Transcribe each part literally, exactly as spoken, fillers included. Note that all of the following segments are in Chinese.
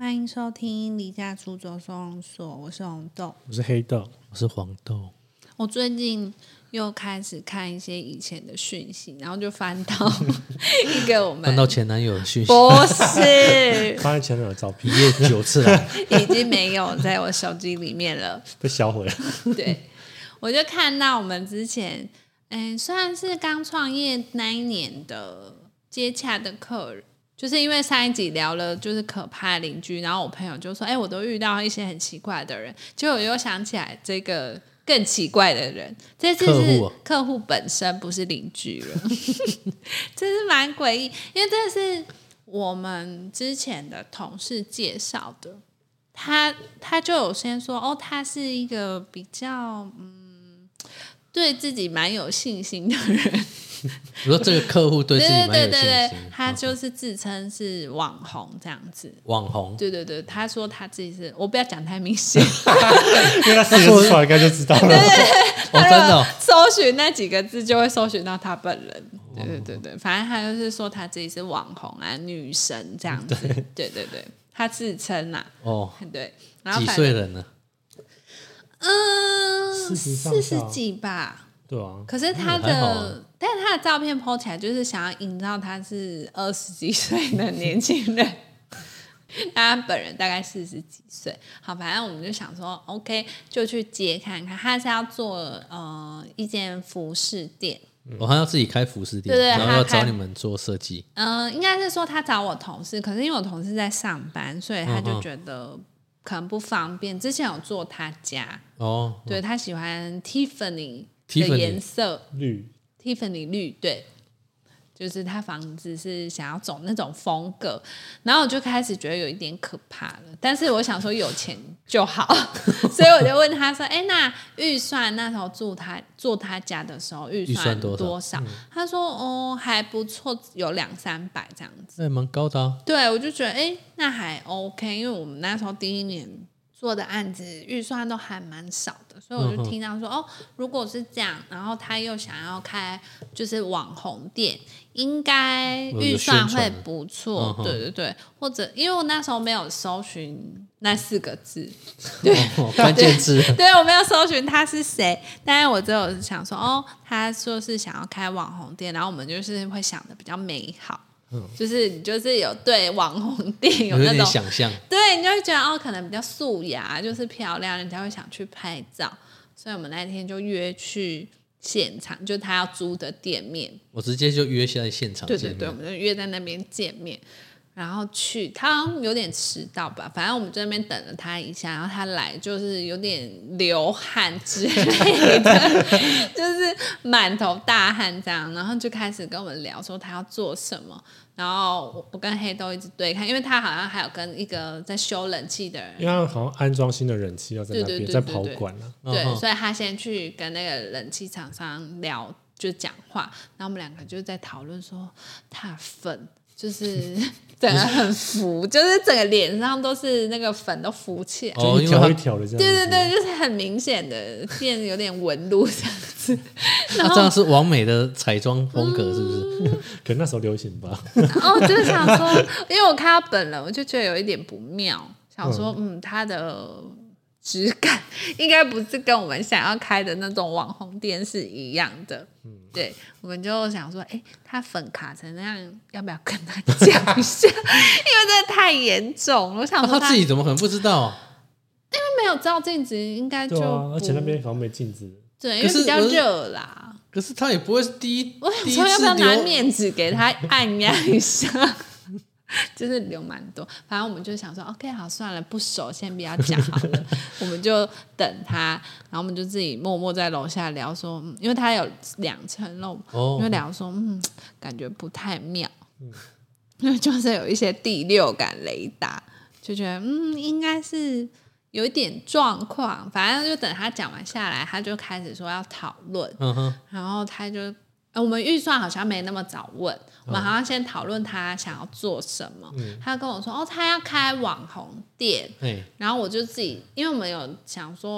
欢迎收听离家出走收容所，我是红豆， 我是黑豆， 我是黄豆。 我最近又开始看一些以前的讯息，然后就翻到一个我们翻到前男友的讯息， 不是发现前男友的照片， 一夜九次了， 已经没有在我手机里面了， 被销毁了。 对，我就看到我们之前，嗯，算是刚创业那一年的接洽的客人。就是因为上一集聊了就是可怕的邻居，然后我朋友就说哎、欸，我都遇到一些很奇怪的人，结果我又想起来这个更奇怪的人，这次是客户本身不是邻居了这是蛮诡异，因为这是我们之前的同事介绍的，他他就有先说哦，他是一个比较嗯对自己蛮有信心的人你说这个客户对自己蛮有信心， 对对对对，他就是自称是网红这样子。 网红， 对对对，他说他自己是，我不要讲太明显， 因为他四个字出来应该就知道了。 对对对， 哦，真的、哦， 搜寻那几个字就会搜寻到他本人。对对对对，反正他就是说他自己是网红啊，女神这样子。对对对对，他自称啊。 哦， 对，然后几岁人呢？ 嗯， 四十四十几吧。 对啊， 可是他嗯的，但是他的照片 po 起来就是想要营造他是二十几岁的年轻人，他本人大概四十几岁。好，反正我们就想说 ，OK， 就去接看看。他是要做呃一间服饰店， 我还要自己开服饰店， 对对， 然后要他找你们做设计。 嗯、呃，应该是说他找我同事，可是因为我同事在上班，所以他就觉得可能不方便。之前有做他家， 哦， 对他喜欢 Tiffany。的 Tiffany 颜色绿 Tiffany 绿，对，就是他房子是想要走那种风格，然后我就开始觉得有一点可怕了，但是我想说有钱就好所以我就问他说哎、欸，那预算那时候住他做他家的时候预算多少， 多少、嗯、 他说哦还不错，有两三百这样子， 那蛮高的啊。 对，我就觉得哎、欸，那还 OK， 因为我们那时候第一年做的案子预算都还蛮少的，所以我就听到说、嗯、哦，如果是这样，然后他又想要开就是网红店，应该预算会不错，对对对，或者因为我那时候没有搜寻那四个字，对， 哦、关键字， 对，对我没有搜寻他是谁，但是我只有想说哦，他说是想要开网红店，然后我们就是会想的比较美好。嗯、就是你就是有对网红店有那种有点想象， 对，你就会觉得哦，可能比较素雅，就是漂亮，人家会想去拍照，所以我们那天就约去现场，就他要租的店面， 我直接就约在现场见面， 对对对，我们就约在那边见面，然后去，他好像有点迟到吧，反正我们在那边等了他一下，然后他来就是有点流汗之类的就是满头大汗这样，然后就开始跟我们聊说他要做什么，然后我跟黑豆一直对看，因为他好像还有跟一个在修冷气的人， 因为他好像安装新的冷气要在那边在跑管啊， 对，对，所以他先去跟那个冷气厂商聊，就讲话，然后我们两个就在讨论说他的粉就是整个很浮，就是整个脸上都是那个粉都浮起来， 就一条一条的这样子， 对对对，就是很明显的变有点纹路这样子。 那、啊、这样是完美的彩妆风格是不是？ 嗯、可能那时候流行吧。 哦，就是想说，因为我看到本人，我就觉得有一点不妙，想说，嗯，他的质感应该不是跟我们想要开的那种网红店是一样的。嗯、对，我们就想说，哎、欸，他粉卡成那样，要不要跟他讲一下？因为真的太严重了。我想说他， 他自己怎么可能不知道？ 因为没有照镜子，应该就、 啊、而且那边好像没镜子。 对，因为比较热啦。 可是他也不会是第一， 我想说要不要拿面纸给他按压一下？就是留蛮多，反正我们就想说 OK 好算了，不熟先不要讲好了我们就等他，然后我们就自己默默在楼下聊说、嗯、因为他有两层楼，哦、因为聊说嗯感觉不太妙，嗯、因为就是有一些第六感雷达，就觉得嗯应该是有一点状况，反正就等他讲完下来，他就开始说要讨论，嗯、然后他就我们预算好像没那么早问，我们好像先讨论他想要做什么、嗯、他跟我说哦，他要开网红店，然后我就自己因为我们有想说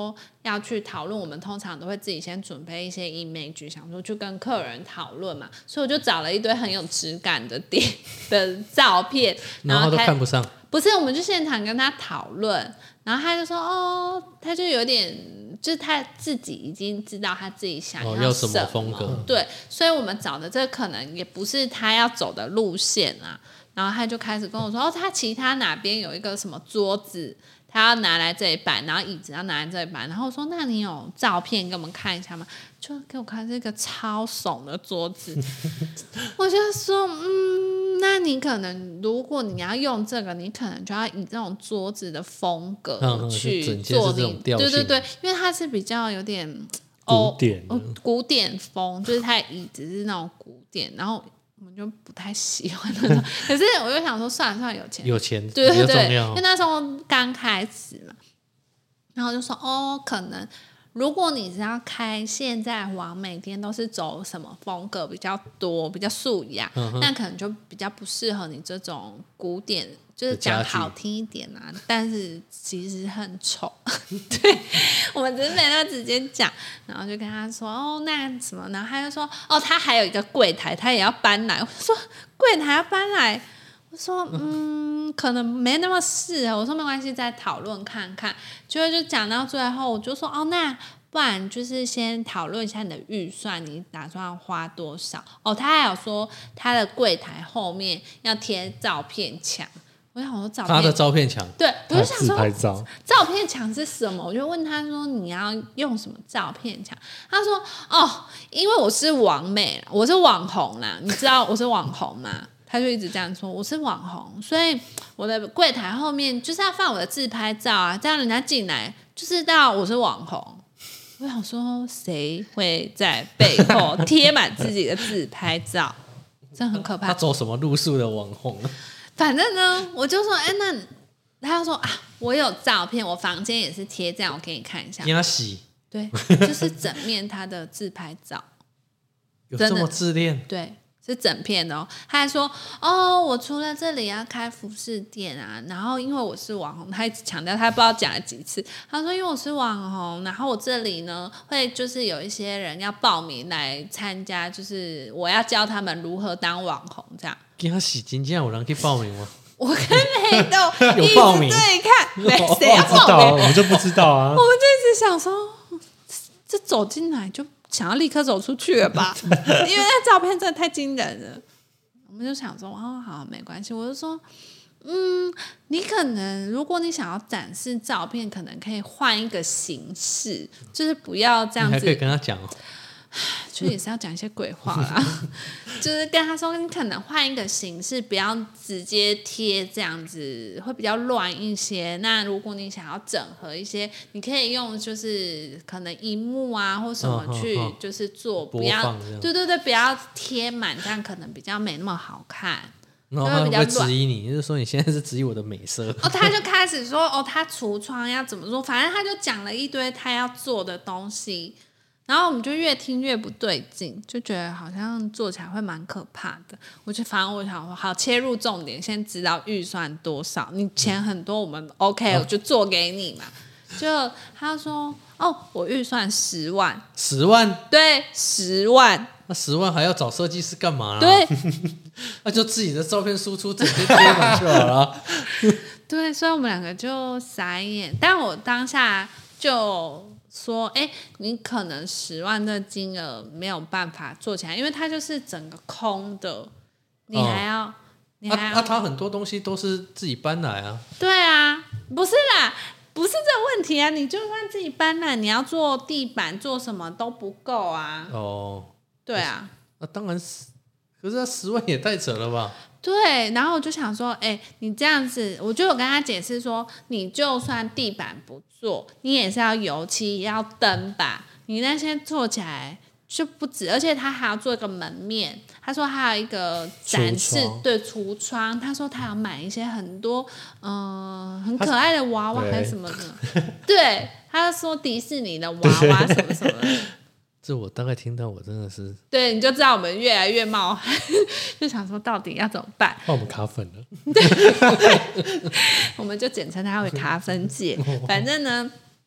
要去讨论，我们通常都会自己先准备一些 image， 想说去跟客人讨论嘛，所以我就找了一堆很有质感的点的照片， 然后他都看不上。 不是，我们就现场跟他讨论，然后他就说哦，他就有点，就是他自己已经知道他自己想要、 要什么风格， 对，所以我们找的这可能也不是他要走的路线啊。然后他就开始跟我说，哦，他其他哪边有一个什么桌子，他要拿来这一摆，然后椅子要拿来这一摆。然后我说，那你有照片给我们看一下吗？就给我看这个超怂的桌子。我就说，嗯，那你可能如果你要用这个，你可能就要以这种桌子的风格去做你，对对对，因为它是比较有点古典、 哦、古典风，就是它的椅子是那种古典，然后我们就不太喜欢那种。可是我就想说，算了算了，有钱有钱， 对对对， 因为那时候刚开始嘛，然后就说哦，可能如果你是要开现在网美店都是走什么风格比较多，比较素雅，嗯、那可能就比较不适合你这种古典。就是讲好听一点啊，但是其实很丑。对，我们只是没有直接讲，然后就跟他说哦，那什么，然后他就说哦，他还有一个柜台，他也要搬来。我说柜台要搬来，我说嗯，可能没那么适合。我说没关系，再讨论看看。结果就讲到最后，我就说哦，那不然就是先讨论一下你的预算，你打算花多少？哦，他还有说他的柜台后面要贴照片墙。我想说照片， 他的照片墙， 对，我就想说自拍照， 照片墙是什么？我就问他说你要用什么照片墙？他说哦，因为我是网美啦，我是网红啦，你知道我是网红吗？他就一直这样说，我是网红，所以我的柜台后面就是要放我的自拍照啊，这样人家进来就知道我是网红。我想说，谁会在背后贴满自己的自拍照？真的很可怕。 他走什么路数的网红？ 反正呢，我就说，哎，那他就说啊，我有照片，我房间也是贴这样，我给你看一下。 给他洗， 对，就是整面他的自拍照， 有这么自恋？ 对，是整片的哦。他还说，哦，我除了这里要开服饰店啊，然后因为我是网红，他一直强调，他不知道讲了几次。他说，因为我是网红，然后我这里呢会就是有一些人要报名来参加，就是我要教他们如何当网红这样。 给他洗，真正有人去报名吗？ 我跟黑豆有报名， 对看，没谁要报名， 我们就不知道啊。 我们就一直想说，这走进来就想要立刻走出去了吧，因为那照片真的太惊人了。我们就想说，哦，好，没关系。我就说，嗯，你可能如果你想要展示照片，可能可以换一个形式，就是不要这样子。 你还可以跟他讲哦。 就也是要讲一些鬼话啦，就是跟他说，你可能换一个形式，不要直接贴这样子，会比较乱一些。那如果你想要整合一些，你可以用就是可能萤幕啊或什么去就是做，不要对对对，不要贴满，这样可能比较没那么好看。 然后他会不会质疑你？就是说你现在是质疑我的美色？ 哦，他就开始说哦，他橱窗要怎么做，反正他就讲了一堆他要做的东西。然后我们就越听越不对劲，就觉得好像做起来会蛮可怕的。我就反正我想说，好，切入重点，先知道预算多少。你钱很多，我们 OK，、嗯、我就做给你嘛。就他说，哦，我预算十万， 十万， 对，十万。 那十万还要找设计师干嘛啦？ 对， 那就自己的照片输出，直接贴满就好了。 对，所以我们两个就傻眼。但我当下就。说，哎，你可能十万的金额没有办法做起来，因为它就是整个空的，你还要，哦、你还要， 啊，他、啊、很多东西都是自己搬来啊。 对啊，不是啦，不是这个问题啊，你就算自己搬来，你要做地板做什么都不够啊。 哦， 对啊， 那、啊、当然是，可是他十万也太扯了吧？ 对，然后我就想说，哎，你这样子，我就有跟他解释说，你就算地板不做，你也是要油漆，要灯吧，你那些做起来就不止，而且他还要做一个门面。他说还有一个展示，对，橱窗。他说他要买一些很多，嗯、呃，很可爱的娃娃还是什么的。对，他说迪士尼的娃娃什么什么的。 这我大概听到，我真的是对，你就知道我们越来越冒汗，就想说到底要怎么办？ 那我们卡粉了， 我们就简称它为卡粉姐。反正呢，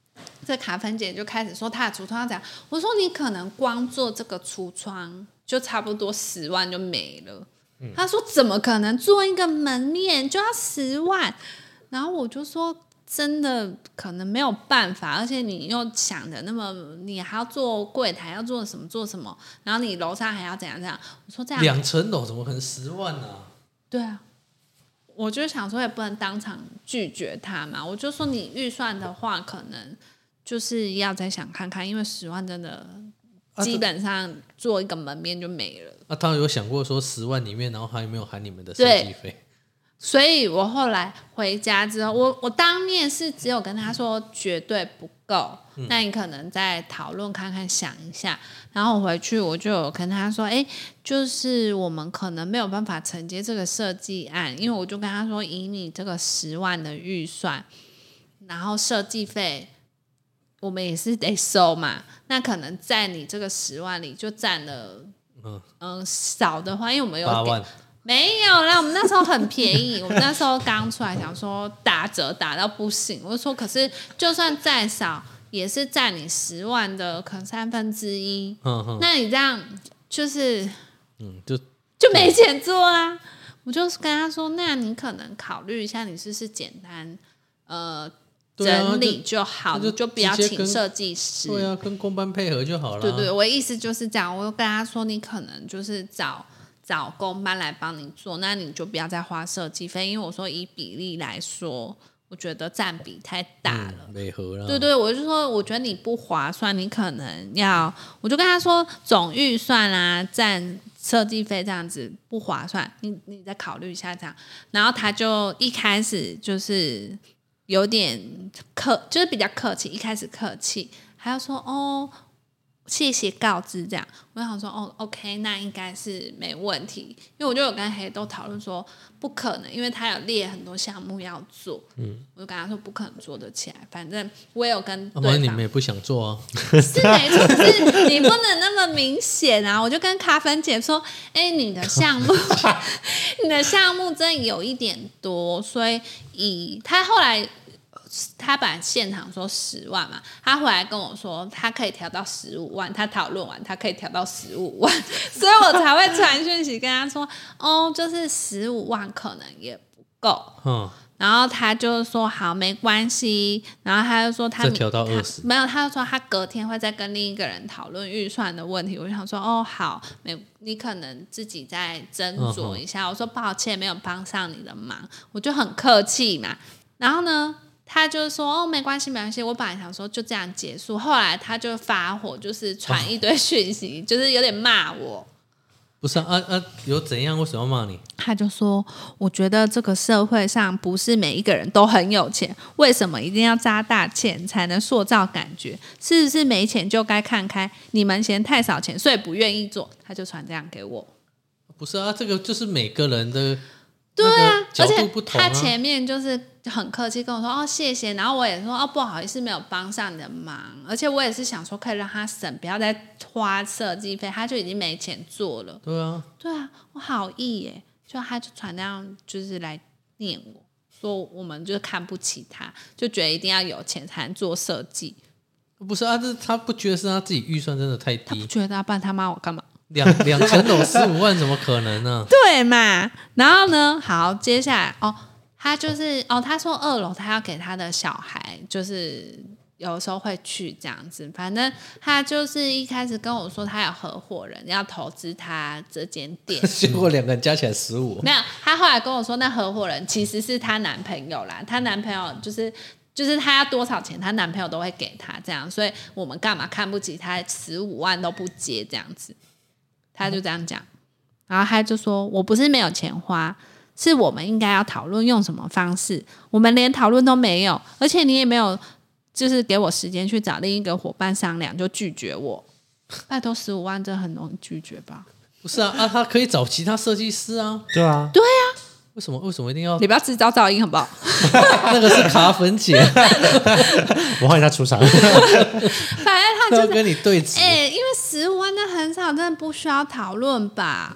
这卡芬姐就开始说她的橱窗要怎样。我说你可能光做这个橱窗就差不多十万就没了。嗯、她说怎么可能做一个门面就要十万？然后我就说真的可能没有办法，而且你又想的那么，你还要做柜台，要做什么做什么，然后你楼上还要怎样怎样。我说这样两层楼怎么可能十万呢、啊？ 对啊。我就想说也不能当场拒绝他嘛，我就说你预算的话可能就是要再想看看，因为十万真的基本上做一个门面就没了。 啊，他有想过说十万里面，然后还有没有含你们的设计费？ 所以我后来回家之后，我我当面是只有跟他说绝对不够，嗯、那你可能再讨论看看，想一下。然后回去我就有跟他说，哎，就是我们可能没有办法承接这个设计案，因为我就跟他说，以你这个十万的预算，然后设计费我们也是得收嘛，那可能在你这个十万里就占了，嗯、呃、少的话，因为我们有八万。 没有啦，我们那时候很便宜，我们那时候刚出来想说打折打到不行，我就说可是就算再少也是占你十万的可能三分之一，嗯嗯，那你这样就是嗯就就没钱做啦。我就跟他说，那你可能考虑一下，你是不是简单呃整理就好， 啊、就就不要请设计师， 对啊，跟工班配合就好了。 对对，我的意思就是这样，我就跟他说，你可能就是找。找工班来帮你做，那你就不要再花设计费，因为我说以比例来说，我觉得占比太大了， 没合了。 对对，我就说我觉得你不划算，你可能要，我就跟他说总预算啊占设计费这样子不划算，你你再考虑一下这样。然后他就一开始就是有点客，就是比较客气，一开始客气，还要说哦。谢谢告知，这样我想说哦 ，OK， 那应该是没问题，因为我就有跟黑豆讨论说不可能，因为他有列很多项目要做，嗯，我就跟他说不可能做得起来，反正我也有跟对方， 啊、你们也不想做啊， 是没错，可是你不能那么明显啊，我就跟卡芬姐说，哎，你的项目，你的项目真的有一点多，所以以他后来。他本来现场说十万嘛，他回来跟我说他可以调到十五万，他讨论完他可以调到十五万，所以我才会传讯息跟他说，哦，就是十五万可能也不够，嗯，然后他就说好没关系，然后他就说他再调到二十， 没有，他就说他隔天会再跟另一个人讨论预算的问题。我就想说哦好，没你可能自己再斟酌一下。嗯、我说抱歉没有帮上你的忙，我就很客气嘛。然后呢？他就说哦，没关系，没关系。我本来想说就这样结束，后来他就发火，就是传一堆讯息，哦、就是有点骂我。 不是啊啊，有怎样？为什么要骂你？ 他就说，我觉得这个社会上不是每一个人都很有钱，为什么一定要砸大钱才能塑造感觉？是不是没钱就该看开？你们嫌太少钱，所以不愿意做。他就传这样给我。 不是啊，这个就是每个人的。 对啊， 角度不同啊， 而且他前面就是很客气跟我说哦谢谢，然后我也说哦不好意思没有帮上你的忙，而且我也是想说可以让他省，不要再花设计费，他就已经没钱做了。 对啊， 对啊，我好意耶，就他就传那样就是来念我说我们就是看不起他，就觉得一定要有钱才能做设计。 不是啊，这他不觉得是他自己预算真的太低？ 他不觉得啊，不然他骂我干嘛？ 两两层楼十五万怎么可能呢、啊？ 对嘛？然后呢？好，接下来哦，他就是哦，他说二楼他要给他的小孩，就是有时候会去这样子。反正他就是一开始跟我说他有合伙人要投资他这间店， 结果两个人加起来十五。 没有，他后来跟我说那合伙人其实是他男朋友啦，他男朋友就是。就是她要多少钱，她男朋友都会给她，这样，所以我们干嘛看不起她十五万都不接这样子，他就这样讲，然后他就说：“我不是没有钱花，是我们应该要讨论用什么方式，我们连讨论都没有，而且你也没有，就是给我时间去找另一个伙伴商量，就拒绝我。拜托，十五万真的很容易拒绝吧？ 不是啊，啊，他可以找其他设计师啊。 对啊， 对啊。” 为什么？为什么一定要？ 你不要制造噪音好不好？ 那个是卡粉姐， 我欢迎他出场。 反正他就是要跟你对峙。 哎、欸，因为十五万那很少，真的不需要讨论吧？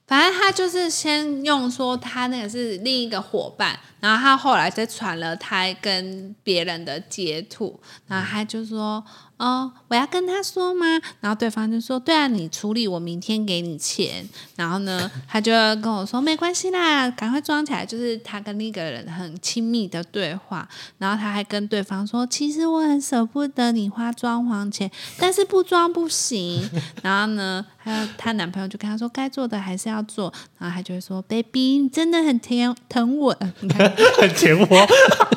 反正他就是先用说他那个是另一个伙伴，然后他后来再传了他跟别人的截图，然后他就说哦，我要跟他说吗？然后对方就说对啊，你处理，我明天给你钱。然后呢，他就跟我说没关系啦，赶快装起来，就是他跟那个人很亲密的对话。然后他还跟对方说，其实我很舍不得你花装潢钱，但是不装不行。然后呢，他他男朋友就跟他说，该做的还是要做。然后他就会说 ，baby， 你真的很甜疼我，你看很甜我，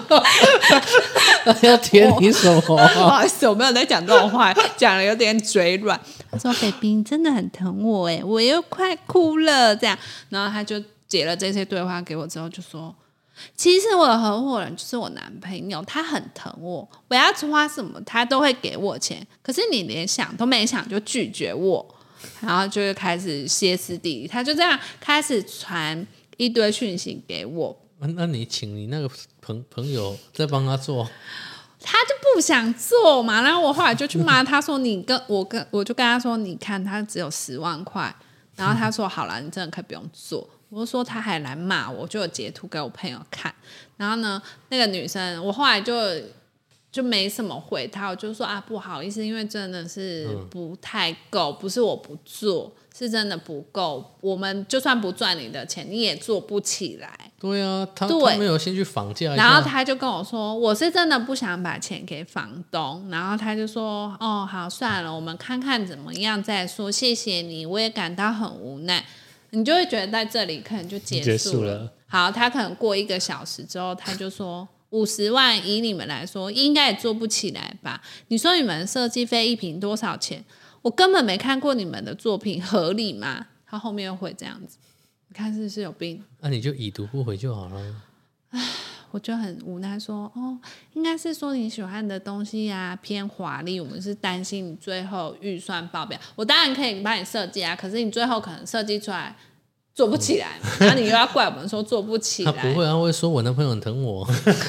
要舔你什么？ 不好意思，我没有在讲这种话，讲了有点嘴软。他说 ：“baby， 你真的很疼我哎，我又快哭了。”这样，然后他就截了这些对话给我之后，就说：“其实我的合伙人就是我男朋友，他很疼我，我要花什么他都会给我钱。可是你连想都没想就拒绝我，然后就开始歇斯底里，他就这样开始传一堆讯息给我。 那你请你那个朋朋友再帮他做。” 他就不想做嘛，然后我后来就去骂他说：“你跟我跟我就跟他说，你看他只有十万块。”然后他说：“好了，你真的可以不用做。”我就说他还来骂我，就有截图给我朋友看。然后呢，那个女生我后来就就没什么回他，我就说啊不好意思，因为真的是不太够，不是我不做，是真的不够。我们就算不赚你的钱，你也做不起来。 对啊，他对他没有先去绑架一下。 然后他就跟我说，我是真的不想把钱给房东。然后他就说，哦，好，算了，我们看看怎么样再说。谢谢你，我也感到很无奈。你就会觉得在这里可能就结束了。 结束了好，他可能过一个小时之后，他就说五十万以你们来说，应该也做不起来吧？你说你们设计费一瓶多少钱？我根本没看过你们的作品，合理吗？他后面又会这样子。你看是不是有病？ 那、啊、你就已读不回就好了。 我就很无奈说，哦，应该是说你喜欢的东西啊偏华丽，我们是担心你最后预算爆表。我当然可以帮你设计啊，可是你最后可能设计出来做不起来，嗯、然后你又要怪我们说做不起来。 他不会，他会说我男朋友很疼我。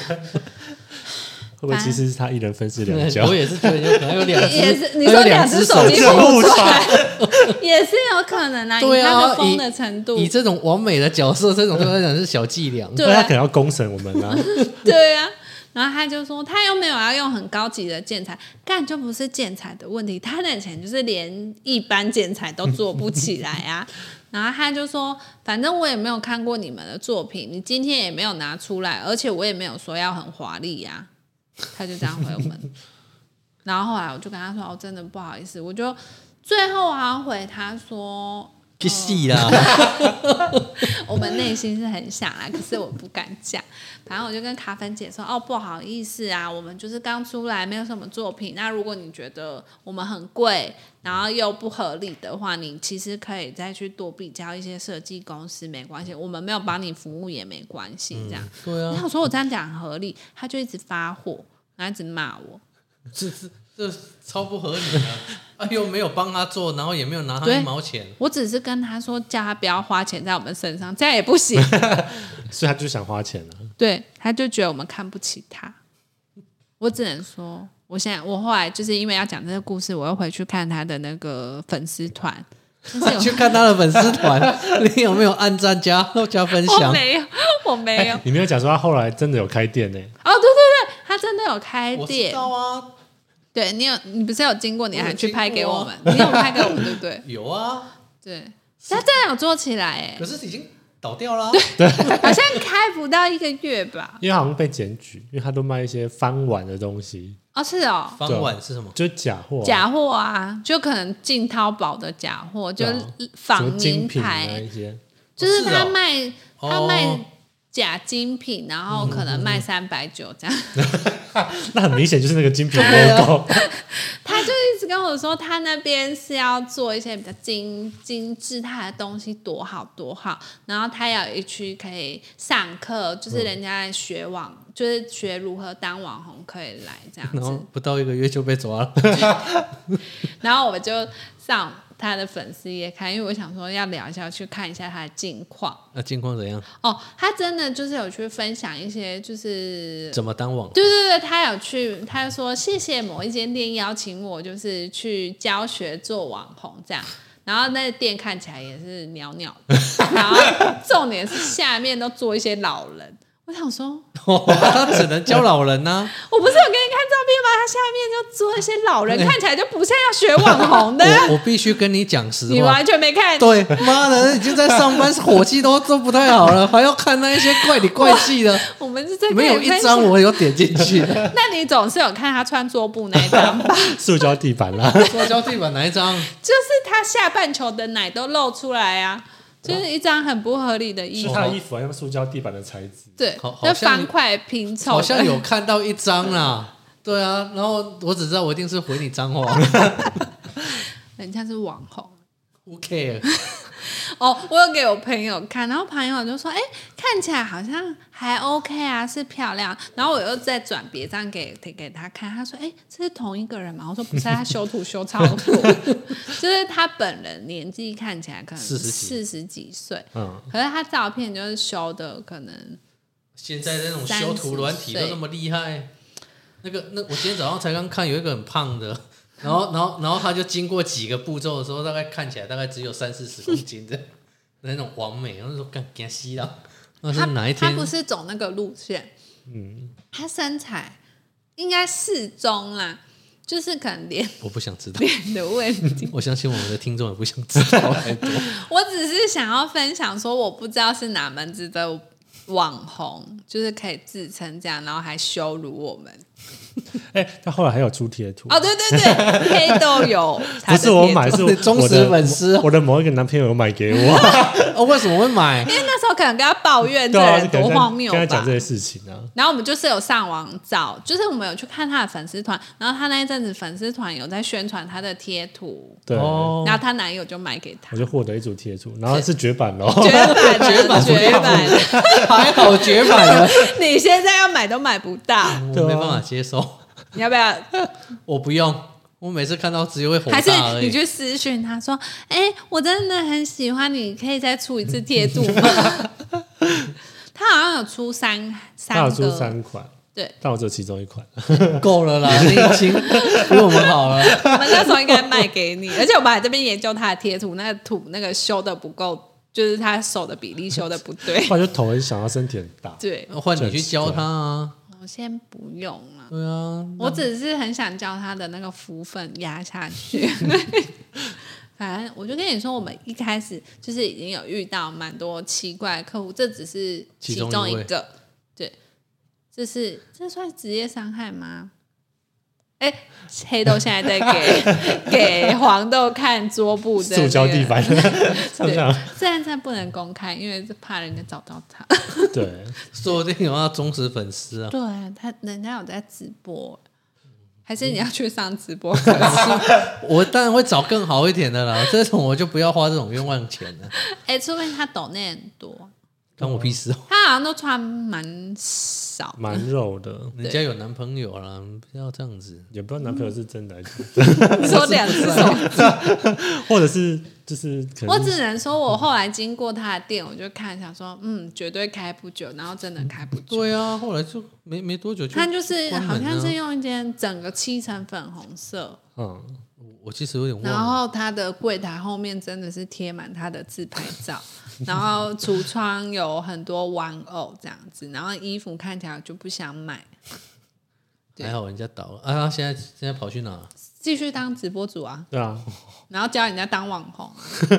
会不会其实是他一人分饰两角？ 我也是觉得有可能有两只， 也是你说两只手机互传， 也是有可能啊。 对啊， 以他的疯的程度， 以, 以这种完美的角色，这种对他来讲是小伎俩。 对，他可能要公审我们啊。 对啊，然后他就说他又没有要用很高级的建材，干就不是建材的问题，他的钱就是连一般建材都做不起来啊。然后他就说，反正我也没有看过你们的作品，你今天也没有拿出来，而且我也没有说要很华丽呀、啊。他就这样回我们，然后后来我就跟他说：“哦，真的不好意思。”我就最后好像回他说：“ 去戏啦！” 我们内心是很想啦，可是我不敢讲。反正我就跟卡芬姐说：“哦，不好意思啊，我们就是刚出来，没有什么作品。那如果你觉得我们很贵，然后又不合理的话，你其实可以再去多比较一些设计公司，没关系，我们没有帮你服务也没关系。”这样、 嗯，对啊。 然后我说我这样讲很合理，他就一直发火，然后一直骂我。 这这这超不合理的啊！又没有帮他做，然后也没有拿他一毛钱。 我只是跟他说，叫他不要花钱在我们身上，这样也不行。 所以他就想花钱啊。 对，他就觉得我们看不起他。我只能说，我现在我后来就是因为要讲这个故事，我又回去看他的那个粉丝团。 去看他的粉丝团，你有没有按赞加加分享？ 我没有，我没有。 欸、你没有讲说他后来真的有开店呢、欸？ 哦，对对对，他真的有开店。 我知道啊。 对你有，你不是有经过，你还去拍给我们，我你有拍给我们，对不对？ 有啊。 对，他真的有做起来哎， 可是已经倒掉了、啊。 对，好像开不到一个月吧。 因为好像被检举，因为他都卖一些翻碗的东西。 哦，是哦。 翻碗是什么？ 就是假货、啊。 假货啊，就可能进淘宝的假货，就是仿名牌、 啊、一些， 就是他卖、 哦、 他卖假精品，然后可能卖三百九这样。 那很明显就是那个精品 logo。 他就一直跟我说，他那边是要做一些比较精精致，他的东西多好多好，然后他要有一区可以上课，就是人家在学网，嗯、就是学如何当网红可以来这样子。 然后不到一个月就被抓了。 然后我们就上他的粉丝页看，因为我想说要聊一下，去看一下他的近况。 那近况怎样？ 哦，他真的就是有去分享一些，就是怎么当网红。 对对对，他有去，他说谢谢某一间店邀请我，就是去教学做网红这样。 然后那个店看起来也是袅袅的，然后重点是下面都坐一些老人。我想说， 他只能教老人呢、啊。 我不是有给你看照片吗？他下面就坐一些老人，欸、看起来就不像要学网红的。 我, 我必须跟你讲实话， 你完全没看。 对，妈的，已经在上班，火气都都不太好了，还要看那一些怪里怪气的。 我们是在没有一张我有点进去。 那你总是有看他穿桌布那一张吧？ 塑胶地板啦， 塑胶地板哪一张？ 就是他下半球的奶都露出来啊。就是一张很不合理的衣服， 是他的衣服用塑胶地板的材质， 对，就方块拼凑， 好像有看到一张啦，对啊，然后我只知道我一定是回你脏话， 人家是网红 ，Who care？ 哦，我有给我朋友看，然后朋友就说：“哎、欸，看起来好像还 OK 啊，是漂亮。”然后我又再转别张给给他看，他说：“哎、欸，这是同一个人吗？”我说：“不是，他修图修超多，就是他本人年纪看起来可能四十几岁，嗯，可是他照片就是修的可能现在那种修图软体都那么厉害。那个那我今天早上才刚看有一个很胖的。”然后，然后，然后他就经过几个步骤的时候，大概看起来大概只有三四十公斤的那种完美。然后说干干西了，那是哪一天？ 他不是走那个路线，嗯，他身材应该适中啦，就是可能脸我不想知道脸的问题。 我相信我们的听众也不想知道太多。 我只是想要分享说，我不知道是哪门子的网红，就是可以自称这样，然后还羞辱我们。 哎、欸，他后来还有出贴图哦，对对对，黑豆有， 不是我买，是我忠实粉丝， 我的某一个男朋友有买给我。 哦，为什么会买？ 因为那时候可能跟他抱怨这人多荒谬吧， 跟他讲这些事情啊。 然后我们就是有上网找，就是我们有去看他的粉丝团，然后他那一阵子粉丝团有在宣传他的贴图， 对， 然后她男友就买给他， 我就获得一组贴图，然后是绝版咯， 绝版绝版绝版， 还好绝版了。 你现在要买都买不到， 我没办法接受。 你要不要？ 我不用，我每次看到只会火大而已。 还是你去私讯他说：“哎、欸，我真的很喜欢你，可以再出一次贴图吗？”他好像有出三三个， 他有出三款， 对， 但我只有其中一款， 够了啦，你已经比我们好了。 我们那时候应该卖给你，而且我们还这边研究他的贴图，那个图那个修的不够。就是他手的比例修的不对， 或者就头很小，他身体很大。 对， 换你去教他啊。 我先不用了。 对啊， 我只是很想教他的那个浮粉压下去。反正我就跟你说，我们一开始就是已经有遇到蛮多奇怪的客户，这只是其中一个。对，这是这算职业伤害吗？哎、欸，黑豆现在在给给黄豆看桌布的、那個、 塑胶地板， 对，虽然这不能公开，因为怕人家找到他。 对， 说不定有他忠实粉丝啊。 对他，人家有在直播，还是你要去上直播？ 我当然会找更好一点的啦，这种我就不要花这种冤枉钱了。 哎、欸，除非他抖内很多。 关我屁事哦！ 他好像都穿蛮少， 蛮肉的。 人家有男朋友啦，不要这样子。 也不知道男朋友是真的还是你说两只手， 或者是就是可能。 我只能说，我后来经过他的店，我就看想说，嗯，绝对开不久，然后真的开不久。 对啊，后来就没没多久就、啊。 他就是好像是用一件整个漆成粉红色。 嗯，我其实有点忘了。 然后他的柜台后面真的是贴满他的自拍照。然后橱窗有很多玩偶这样子，然后衣服看起来就不想买。 还好人家倒了啊！他现在现在跑去哪？ 继续当直播主啊！ 对啊， 然后教人家当网红、啊。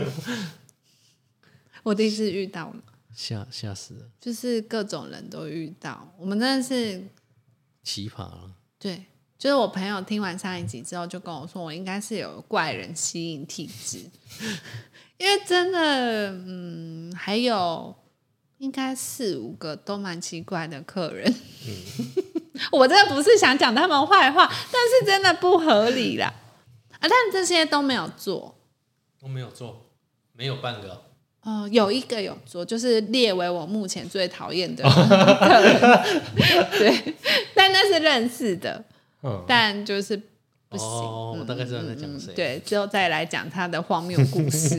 我第一次遇到了， 吓吓死了！ 就是各种人都遇到，我们真的是奇葩了。 对，就是我朋友听完上一集之后就跟我说，我应该是有怪人吸引体质。因为真的，嗯，还有应该四五个都蛮奇怪的客人。嗯、我真的不是想讲他们坏话，但是真的不合理啦。啊，但这些都没有做， 都没有做，没有半个。 哦、呃，有一个有做，就是列为我目前最讨厌的客人。对，但那是认识的，嗯、但就是。不行， 哦，我大概知道你在讲谁、 嗯嗯。对，之后再来讲他的荒谬故事。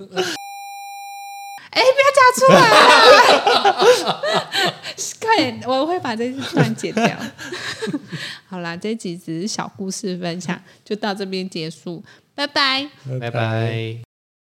哎、欸，不要讲出来了！快点，我会把这段剪掉。好啦，这集只是小故事分享，就到这边结束，拜拜， 拜拜。